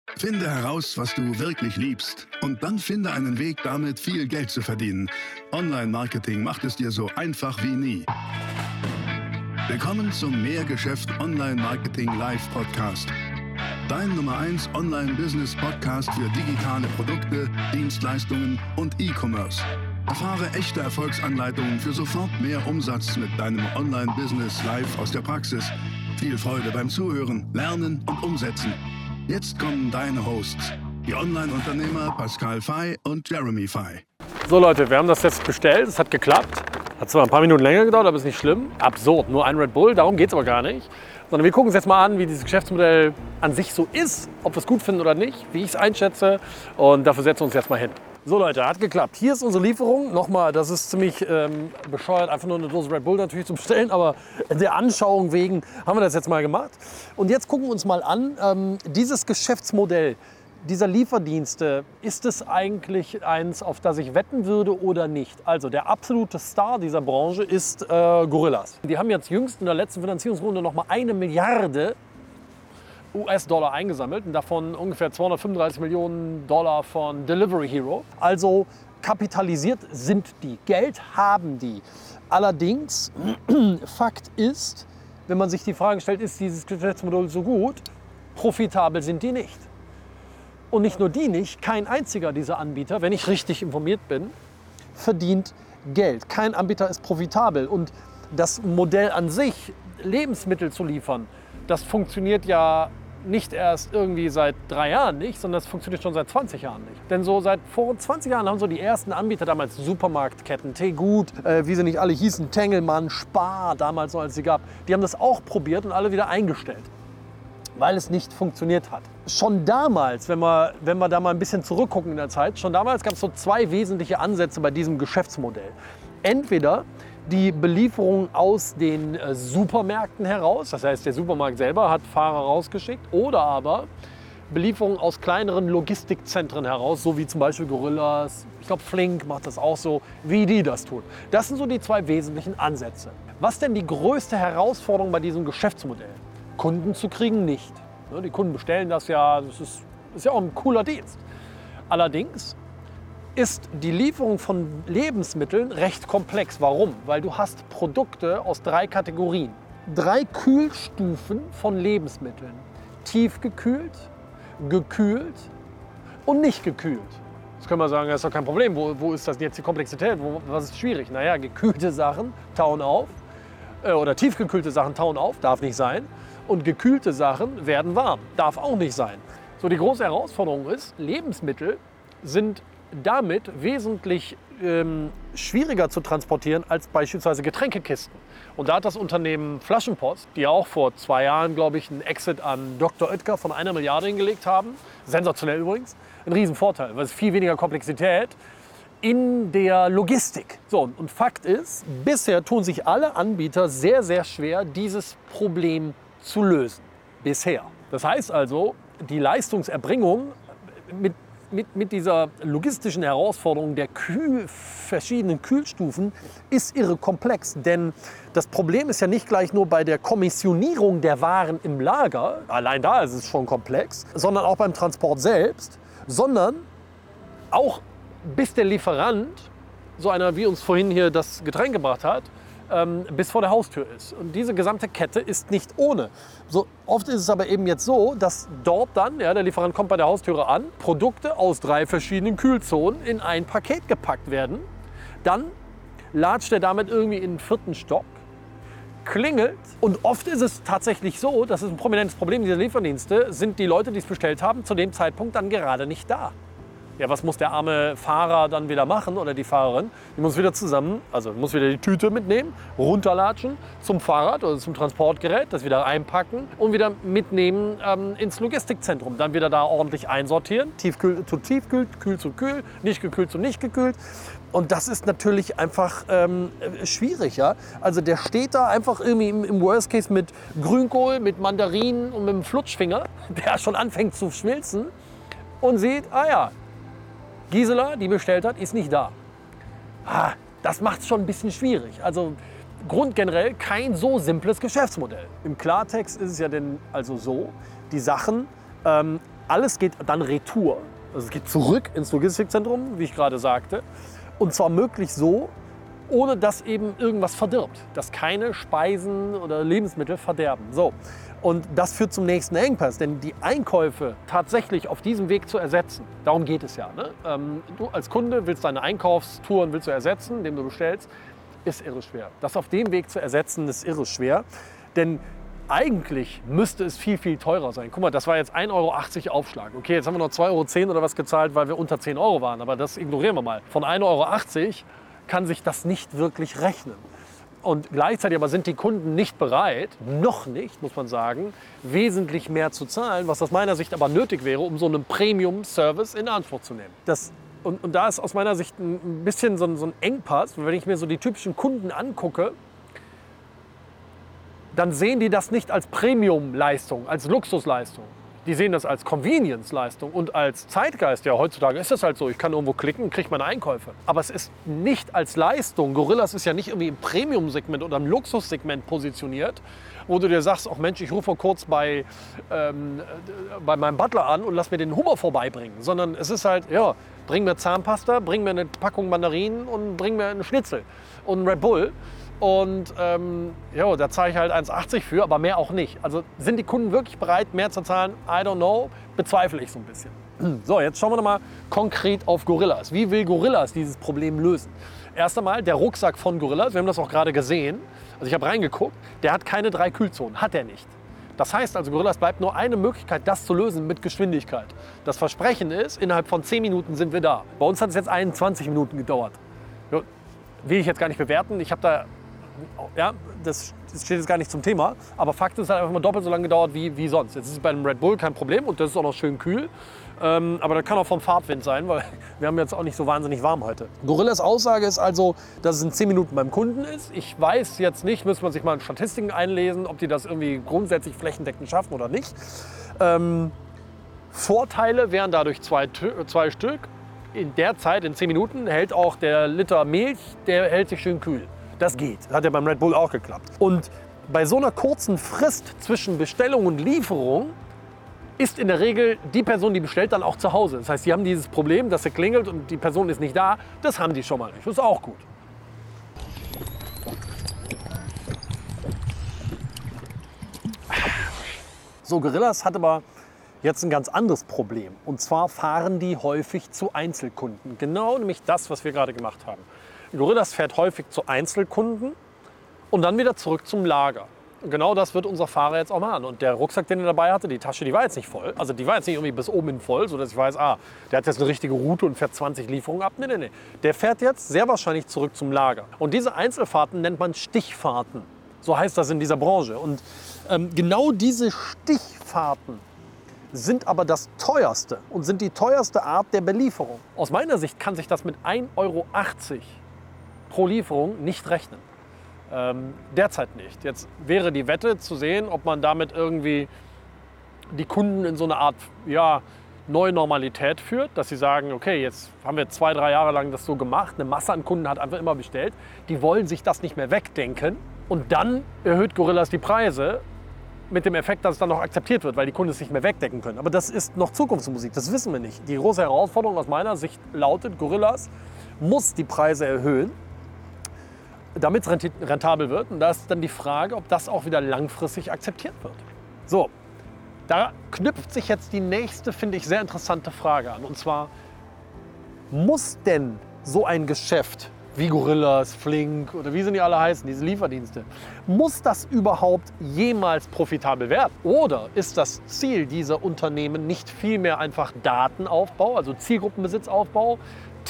Finde heraus, was du wirklich liebst und dann finde einen Weg, damit viel Geld zu verdienen. Online-Marketing macht es dir so einfach wie nie. Willkommen zum Mehrgeschäft Online-Marketing Live-Podcast. Dein Nummer 1 Online-Business-Podcast für digitale Produkte, Dienstleistungen und E-Commerce. Erfahre echte Erfolgsanleitungen für sofort mehr Umsatz mit deinem Online-Business live aus der Praxis. Viel Freude beim Zuhören, Lernen und Umsetzen. Jetzt kommen deine Hosts, die Online-Unternehmer Pascal Fay und Jeremy Fay. So Leute, wir haben das jetzt bestellt, es hat geklappt. Hat zwar ein paar Minuten länger gedauert, aber ist nicht schlimm. Absurd, nur ein Red Bull, darum geht es aber gar nicht. Sondern wir gucken uns jetzt mal an, wie dieses Geschäftsmodell an sich so ist, ob wir es gut finden oder nicht, wie ich es einschätze. Und dafür setzen wir uns jetzt mal hin. So Leute, hat geklappt. Hier ist unsere Lieferung. Nochmal, das ist ziemlich bescheuert, einfach nur eine Dose Red Bull natürlich zu bestellen. Aber der Anschauung wegen haben wir das jetzt mal gemacht. Und jetzt gucken wir uns mal an, dieses Geschäftsmodell dieser Lieferdienste, ist es eigentlich eins, auf das ich wetten würde oder nicht? Also der absolute Star dieser Branche ist Gorillas. Die haben jetzt jüngst in der letzten Finanzierungsrunde nochmal 1 Milliarde US-Dollar eingesammelt und davon ungefähr 235 Millionen Dollar von Delivery Hero. Also kapitalisiert sind die, Geld haben die. Allerdings, Fakt ist, wenn man sich die Frage stellt, ist dieses Geschäftsmodell so gut, profitabel sind die nicht. Und nicht nur die nicht, kein einziger dieser Anbieter, wenn ich richtig informiert bin, verdient Geld. Kein Anbieter ist profitabel. Und das Modell an sich, Lebensmittel zu liefern, das funktioniert ja nicht erst irgendwie seit 3 Jahren nicht, sondern das funktioniert schon seit 20 Jahren nicht. Denn so seit vor 20 Jahren haben so die ersten Anbieter, damals Supermarktketten, Tegut, wie sie nicht alle hießen, Tengelmann, Spar, damals noch als sie gab, die haben das auch probiert und alle wieder eingestellt, weil es nicht funktioniert hat. Schon damals, wenn wir da mal ein bisschen zurückgucken in der Zeit, schon damals gab es so 2 wesentliche Ansätze bei diesem Geschäftsmodell. Entweder die Belieferung aus den Supermärkten heraus, das heißt der Supermarkt selber hat Fahrer rausgeschickt, oder aber Belieferung aus kleineren Logistikzentren heraus, so wie zum Beispiel Gorillas, ich glaube Flink macht das auch so, wie die das tun. Das sind so die 2 wesentlichen Ansätze. Was denn die größte Herausforderung bei diesem Geschäftsmodell? Kunden zu kriegen nicht. Die Kunden bestellen das ja, das ist ja auch ein cooler Dienst. Allerdings ist die Lieferung von Lebensmitteln recht komplex. Warum? Weil du hast Produkte aus 3 Kategorien. 3 Kühlstufen von Lebensmitteln. Tiefgekühlt, gekühlt und nicht gekühlt. Jetzt können wir sagen, das ist doch kein Problem. Wo ist das jetzt die Komplexität? Was ist schwierig? Naja, gekühlte Sachen tauen auf. Oder tiefgekühlte Sachen tauen auf, darf nicht sein. Und gekühlte Sachen werden warm, darf auch nicht sein. So, die große Herausforderung ist, Lebensmittel sind damit wesentlich schwieriger zu transportieren als beispielsweise Getränkekisten. Und da hat das Unternehmen Flaschenpost, die ja auch vor 2 Jahren, glaube ich, einen Exit an Dr. Oetker von 1 Milliarde hingelegt haben, sensationell übrigens, einen riesen Vorteil, weil es viel weniger Komplexität in der Logistik. So, und Fakt ist, bisher tun sich alle Anbieter sehr, sehr schwer, dieses Problem zu lösen. Bisher. Das heißt also, die Leistungserbringung mit dieser logistischen Herausforderung der verschiedenen Kühlstufen ist irre komplex. Denn das Problem ist ja nicht gleich nur bei der Kommissionierung der Waren im Lager, allein da ist es schon komplex, sondern auch beim Transport selbst, sondern auch bis der Lieferant, so einer wie uns vorhin hier das Getränk gebracht hat, bis vor der Haustür ist. Und diese gesamte Kette ist nicht ohne. So oft ist es aber eben jetzt so, dass dort dann, ja, der Lieferant kommt bei der Haustüre an, Produkte aus 3 verschiedenen Kühlzonen in ein Paket gepackt werden. Dann latscht er damit irgendwie in den 4. Stock, klingelt. Und oft ist es tatsächlich so, das ist ein prominentes Problem dieser Lieferdienste, sind die Leute, die es bestellt haben, zu dem Zeitpunkt dann gerade nicht da. Ja, was muss der arme Fahrer dann wieder machen oder die Fahrerin? Die muss wieder muss wieder die Tüte mitnehmen, runterlatschen zum Fahrrad oder zum Transportgerät, das wieder einpacken und wieder mitnehmen ins Logistikzentrum. Dann wieder da ordentlich einsortieren, tiefkühl zu tiefkühl, kühl zu kühl, nicht gekühlt zu nicht gekühlt. Und das ist natürlich einfach schwierig. Ja? Also der steht da einfach irgendwie im Worst Case mit Grünkohl, mit Mandarinen und mit einem Flutschfinger, der schon anfängt zu schmilzen und sieht, Gisela, die bestellt hat, ist nicht da. Das macht es schon ein bisschen schwierig. Also grundgenerell kein so simples Geschäftsmodell. Im Klartext ist es ja denn also so, die Sachen alles geht dann retour. Also es geht zurück ins Logistikzentrum, wie ich gerade sagte. Und zwar möglichst so, ohne dass eben irgendwas verdirbt. Dass keine Speisen oder Lebensmittel verderben. So. Und das führt zum nächsten Engpass, denn die Einkäufe tatsächlich auf diesem Weg zu ersetzen, darum geht es ja. Ne? Du als Kunde willst deine Einkaufstouren ersetzen, indem du bestellst, ist irre schwer. Das auf dem Weg zu ersetzen, ist irre schwer, denn eigentlich müsste es viel, viel teurer sein. Guck mal, das war jetzt 1,80 € Aufschlag. Okay, jetzt haben wir noch 2,10 € oder was gezahlt, weil wir unter 10 € waren, aber das ignorieren wir mal. Von 1,80 € kann sich das nicht wirklich rechnen. Und gleichzeitig aber sind die Kunden nicht bereit, noch nicht, muss man sagen, wesentlich mehr zu zahlen, was aus meiner Sicht aber nötig wäre, um so einen Premium-Service in Anspruch zu nehmen. Und da ist aus meiner Sicht ein bisschen so ein Engpass, wenn ich mir so die typischen Kunden angucke, dann sehen die das nicht als Premium-Leistung, als Luxusleistung. Die sehen das als Convenience-Leistung und als Zeitgeist. Ja, heutzutage ist das halt so. Ich kann irgendwo klicken und kriege meine Einkäufe. Aber es ist nicht als Leistung. Gorillas ist ja nicht irgendwie im Premium-Segment oder im Luxussegment positioniert, wo du dir sagst, ach Mensch, ich rufe mal kurz bei meinem Butler an und lass mir den Hummer vorbeibringen. Sondern es ist halt, ja, bring mir Zahnpasta, bring mir eine Packung Mandarinen und bring mir einen Schnitzel und einen Red Bull. Und ja, da zahle ich halt 1,80 für, aber mehr auch nicht. Also sind die Kunden wirklich bereit, mehr zu zahlen? I don't know, bezweifle ich so ein bisschen. So, jetzt schauen wir nochmal konkret auf Gorillas. Wie will Gorillas dieses Problem lösen? Erst einmal der Rucksack von Gorillas, wir haben das auch gerade gesehen. Also ich habe reingeguckt, der hat keine 3 Kühlzonen, hat er nicht. Das heißt also, Gorillas bleibt nur eine Möglichkeit, das zu lösen mit Geschwindigkeit. Das Versprechen ist, innerhalb von 10 Minuten sind wir da. Bei uns hat es jetzt 21 Minuten gedauert. Ja, will ich jetzt gar nicht bewerten. Ich habe da ja, das steht jetzt gar nicht zum Thema, aber Fakt ist, es hat einfach mal doppelt so lange gedauert wie sonst. Jetzt ist es bei einem Red Bull kein Problem und das ist auch noch schön kühl, aber das kann auch vom Fahrtwind sein, weil wir haben jetzt auch nicht so wahnsinnig warm heute. Gorillas Aussage ist also, dass es in 10 Minuten beim Kunden ist. Ich weiß jetzt nicht, müsste man sich mal in Statistiken einlesen, ob die das irgendwie grundsätzlich flächendeckend schaffen oder nicht. Vorteile wären dadurch zwei Stück. In der Zeit, in 10 Minuten, hält auch der Liter Milch, der hält sich schön kühl. Das geht. Das hat ja beim Red Bull auch geklappt. Und bei so einer kurzen Frist zwischen Bestellung und Lieferung ist in der Regel die Person, die bestellt, dann auch zu Hause. Das heißt, die haben dieses Problem, dass er klingelt und die Person ist nicht da. Das haben die schon mal nicht. Das ist auch gut. So, Gorillas hat aber jetzt ein ganz anderes Problem. Und zwar fahren die häufig zu Einzelkunden. Genau nämlich das, was wir gerade gemacht haben. Gorillas fährt häufig zu Einzelkunden und dann wieder zurück zum Lager. Und genau das wird unser Fahrer jetzt auch machen. Und der Rucksack, den er dabei hatte, die Tasche, die war jetzt nicht voll. Also die war jetzt nicht irgendwie bis oben hin voll, sodass ich weiß, der hat jetzt eine richtige Route und fährt 20 Lieferungen ab. Nee. Der fährt jetzt sehr wahrscheinlich zurück zum Lager. Und diese Einzelfahrten nennt man Stichfahrten. So heißt das in dieser Branche. Und genau diese Stichfahrten sind aber das teuerste und sind die teuerste Art der Belieferung. Aus meiner Sicht kann sich das mit 1,80 € pro Lieferung nicht rechnen. Derzeit nicht. Jetzt wäre die Wette zu sehen, ob man damit irgendwie die Kunden in so eine Art neue Normalität führt, dass sie sagen, okay, jetzt haben wir 2-3 Jahre lang das so gemacht, eine Masse an Kunden hat einfach immer bestellt, die wollen sich das nicht mehr wegdenken und dann erhöht Gorillas die Preise mit dem Effekt, dass es dann noch akzeptiert wird, weil die Kunden es nicht mehr wegdecken können. Aber das ist noch Zukunftsmusik, das wissen wir nicht. Die große Herausforderung aus meiner Sicht lautet, Gorillas muss die Preise erhöhen, damit es rentabel wird. Und da ist dann die Frage, ob das auch wieder langfristig akzeptiert wird. So, da knüpft sich jetzt die nächste, finde ich, sehr interessante Frage an. Und zwar, muss denn so ein Geschäft wie Gorillas, Flink oder wie sie die alle heißen, diese Lieferdienste, muss das überhaupt jemals profitabel werden? Oder ist das Ziel dieser Unternehmen nicht vielmehr einfach Datenaufbau, also Zielgruppenbesitzaufbau,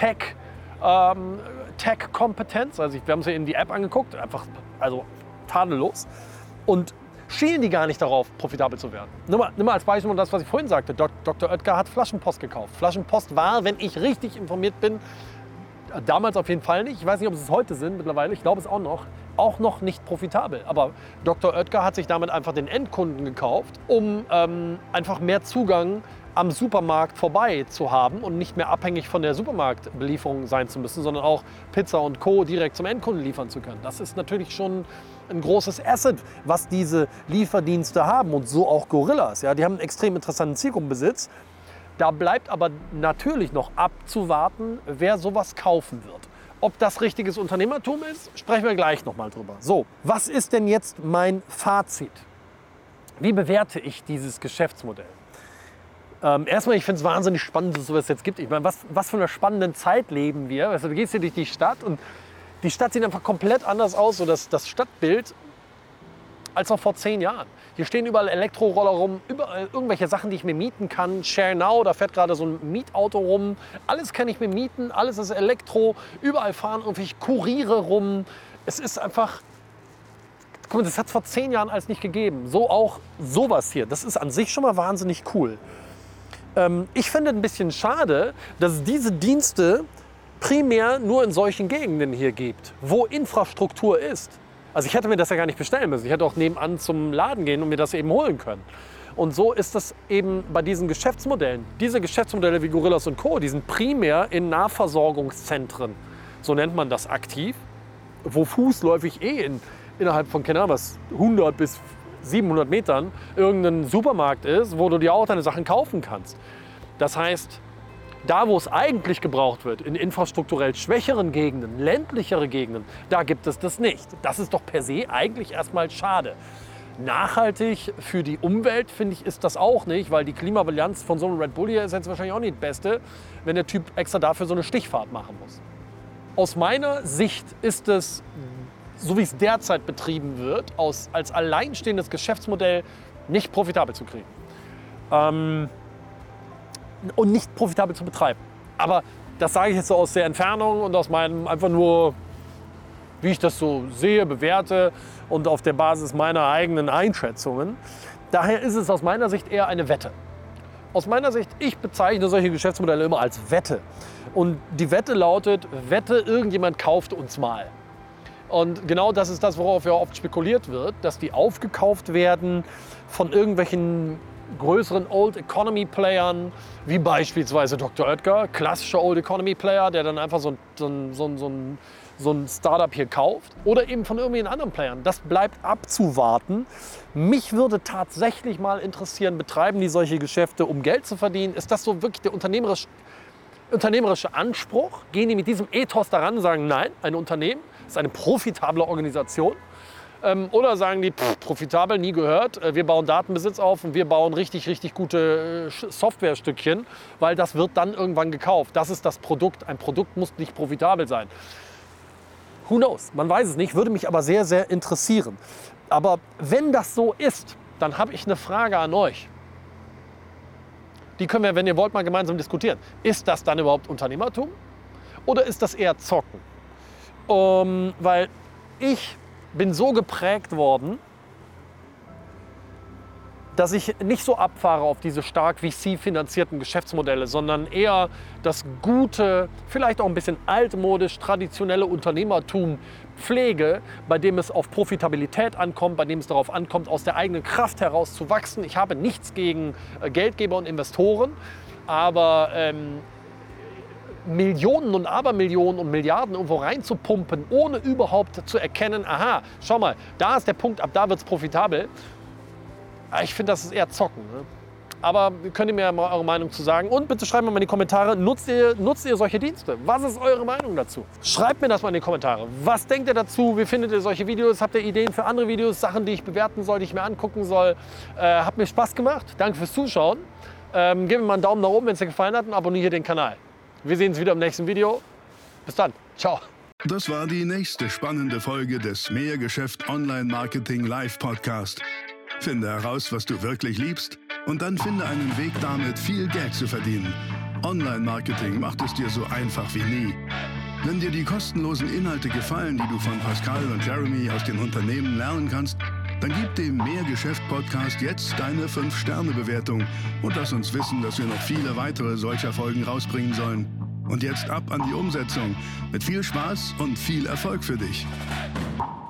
Tech-Kompetenz, also wir haben uns ja in die App angeguckt, einfach tadellos, und schielen die gar nicht darauf, profitabel zu werden. Nimm mal als Beispiel das, was ich vorhin sagte. Dr. Oetker hat Flaschenpost gekauft. Flaschenpost war, wenn ich richtig informiert bin, damals auf jeden Fall nicht. Ich weiß nicht, ob es heute sind mittlerweile. Ich glaube es auch noch nicht profitabel. Aber Dr. Oetker hat sich damit einfach den Endkunden gekauft, um einfach mehr Zugang am Supermarkt vorbei zu haben und nicht mehr abhängig von der Supermarktbelieferung sein zu müssen, sondern auch Pizza und Co. direkt zum Endkunden liefern zu können. Das ist natürlich schon ein großes Asset, was diese Lieferdienste haben und so auch Gorillas. Ja, die haben einen extrem interessanten Zielgruppenbesitz. Da bleibt aber natürlich noch abzuwarten, wer sowas kaufen wird. Ob das richtiges Unternehmertum ist, sprechen wir gleich nochmal drüber. So, was ist denn jetzt mein Fazit? Wie bewerte ich dieses Geschäftsmodell? Erstmal, ich finde es wahnsinnig spannend, dass es sowas jetzt gibt. Ich meine, was für eine spannende Zeit leben wir? Also, du gehst hier durch die Stadt und die Stadt sieht einfach komplett anders aus, so das Stadtbild, als noch vor 10 Jahren. Hier stehen überall Elektroroller rum, überall irgendwelche Sachen, die ich mir mieten kann. Share Now, da fährt gerade so ein Mietauto rum. Alles kann ich mir mieten, alles ist Elektro. Überall fahren irgendwelche Kuriere rum. Es ist einfach, guck mal, das hat es vor 10 Jahren alles nicht gegeben. So auch sowas hier. Das ist an sich schon mal wahnsinnig cool. Ich finde ein bisschen schade, dass es diese Dienste primär nur in solchen Gegenden hier gibt, wo Infrastruktur ist. Also ich hätte mir das ja gar nicht bestellen müssen. Ich hätte auch nebenan zum Laden gehen und mir das eben holen können. Und so ist das eben bei diesen Geschäftsmodellen. Diese Geschäftsmodelle wie Gorillas und Co., die sind primär in Nahversorgungszentren. So nennt man das aktiv, wo fußläufig innerhalb von, keine Ahnung was, 100 bis 700 Metern irgendein Supermarkt ist, wo du dir auch deine Sachen kaufen kannst. Das heißt, da, wo es eigentlich gebraucht wird, in infrastrukturell schwächeren Gegenden, ländlichere Gegenden, da gibt es das nicht. Das ist doch per se eigentlich erstmal schade. Nachhaltig für die Umwelt, finde ich, ist das auch nicht, weil die Klimabilanz von so einem Red Bull hier ist jetzt wahrscheinlich auch nicht das Beste, wenn der Typ extra dafür so eine Stichfahrt machen muss. Aus meiner Sicht ist es, so wie es derzeit betrieben wird, als alleinstehendes Geschäftsmodell nicht profitabel zu kriegen. Und nicht profitabel zu betreiben. Aber das sage ich jetzt so aus der Entfernung und aus meinem einfach nur, wie ich das so sehe, bewerte und auf der Basis meiner eigenen Einschätzungen. Daher ist es aus meiner Sicht eher eine Wette. Aus meiner Sicht, ich bezeichne solche Geschäftsmodelle immer als Wette. Und die Wette lautet, Wette, irgendjemand kauft uns mal. Und genau das ist das, worauf ja oft spekuliert wird, dass die aufgekauft werden von irgendwelchen größeren Old Economy Playern, wie beispielsweise Dr. Oetker, klassischer Old Economy Player, der dann einfach so ein Startup hier kauft, oder eben von irgendwelchen anderen Playern. Das bleibt abzuwarten. Mich würde tatsächlich mal interessieren, betreiben die solche Geschäfte, um Geld zu verdienen? Ist das so wirklich der unternehmerische Anspruch? Gehen die mit diesem Ethos daran und sagen, nein, ein Unternehmen ist eine profitable Organisation? Oder sagen die, profitabel, nie gehört, wir bauen Datenbesitz auf und wir bauen richtig, richtig gute Softwarestückchen, weil das wird dann irgendwann gekauft. Das ist das Produkt. Ein Produkt muss nicht profitabel sein. Who knows? Man weiß es nicht, würde mich aber sehr, sehr interessieren. Aber wenn das so ist, dann habe ich eine Frage an euch. Die können wir, wenn ihr wollt, mal gemeinsam diskutieren. Ist das dann überhaupt Unternehmertum oder ist das eher Zocken? Weil ich bin so geprägt worden, dass ich nicht so abfahre auf diese stark VC-finanzierten Geschäftsmodelle, sondern eher das gute, vielleicht auch ein bisschen altmodisch, traditionelle Unternehmertum pflege, bei dem es auf Profitabilität ankommt, bei dem es darauf ankommt, aus der eigenen Kraft heraus zu wachsen. Ich habe nichts gegen Geldgeber und Investoren, aber Millionen und Abermillionen und Milliarden irgendwo reinzupumpen, ohne überhaupt zu erkennen, aha, schau mal, da ist der Punkt, ab da wird es profitabel. Ich finde, das ist eher Zocken. Ne? Aber könnt ihr mir mal eure Meinung zu sagen? Und bitte schreibt mir mal in die Kommentare, nutzt ihr solche Dienste? Was ist eure Meinung dazu? Schreibt mir das mal in die Kommentare. Was denkt ihr dazu? Wie findet ihr solche Videos? Habt ihr Ideen für andere Videos? Sachen, die ich bewerten soll, die ich mir angucken soll? Hat mir Spaß gemacht. Danke fürs Zuschauen. Gebt mir mal einen Daumen nach oben, wenn es dir gefallen hat und abonniert den Kanal. Wir sehen uns wieder im nächsten Video. Bis dann. Ciao. Das war die nächste spannende Folge des Mehrgeschäft Online Marketing Live Podcast. Finde heraus, was du wirklich liebst und dann finde einen Weg damit, viel Geld zu verdienen. Online-Marketing macht es dir so einfach wie nie. Wenn dir die kostenlosen Inhalte gefallen, die du von Pascal und Jeremy aus den Unternehmen lernen kannst, dann gib dem Mehrgeschäft-Podcast jetzt deine 5-Sterne-Bewertung und lass uns wissen, dass wir noch viele weitere solcher Folgen rausbringen sollen. Und jetzt ab an die Umsetzung. Mit viel Spaß und viel Erfolg für dich.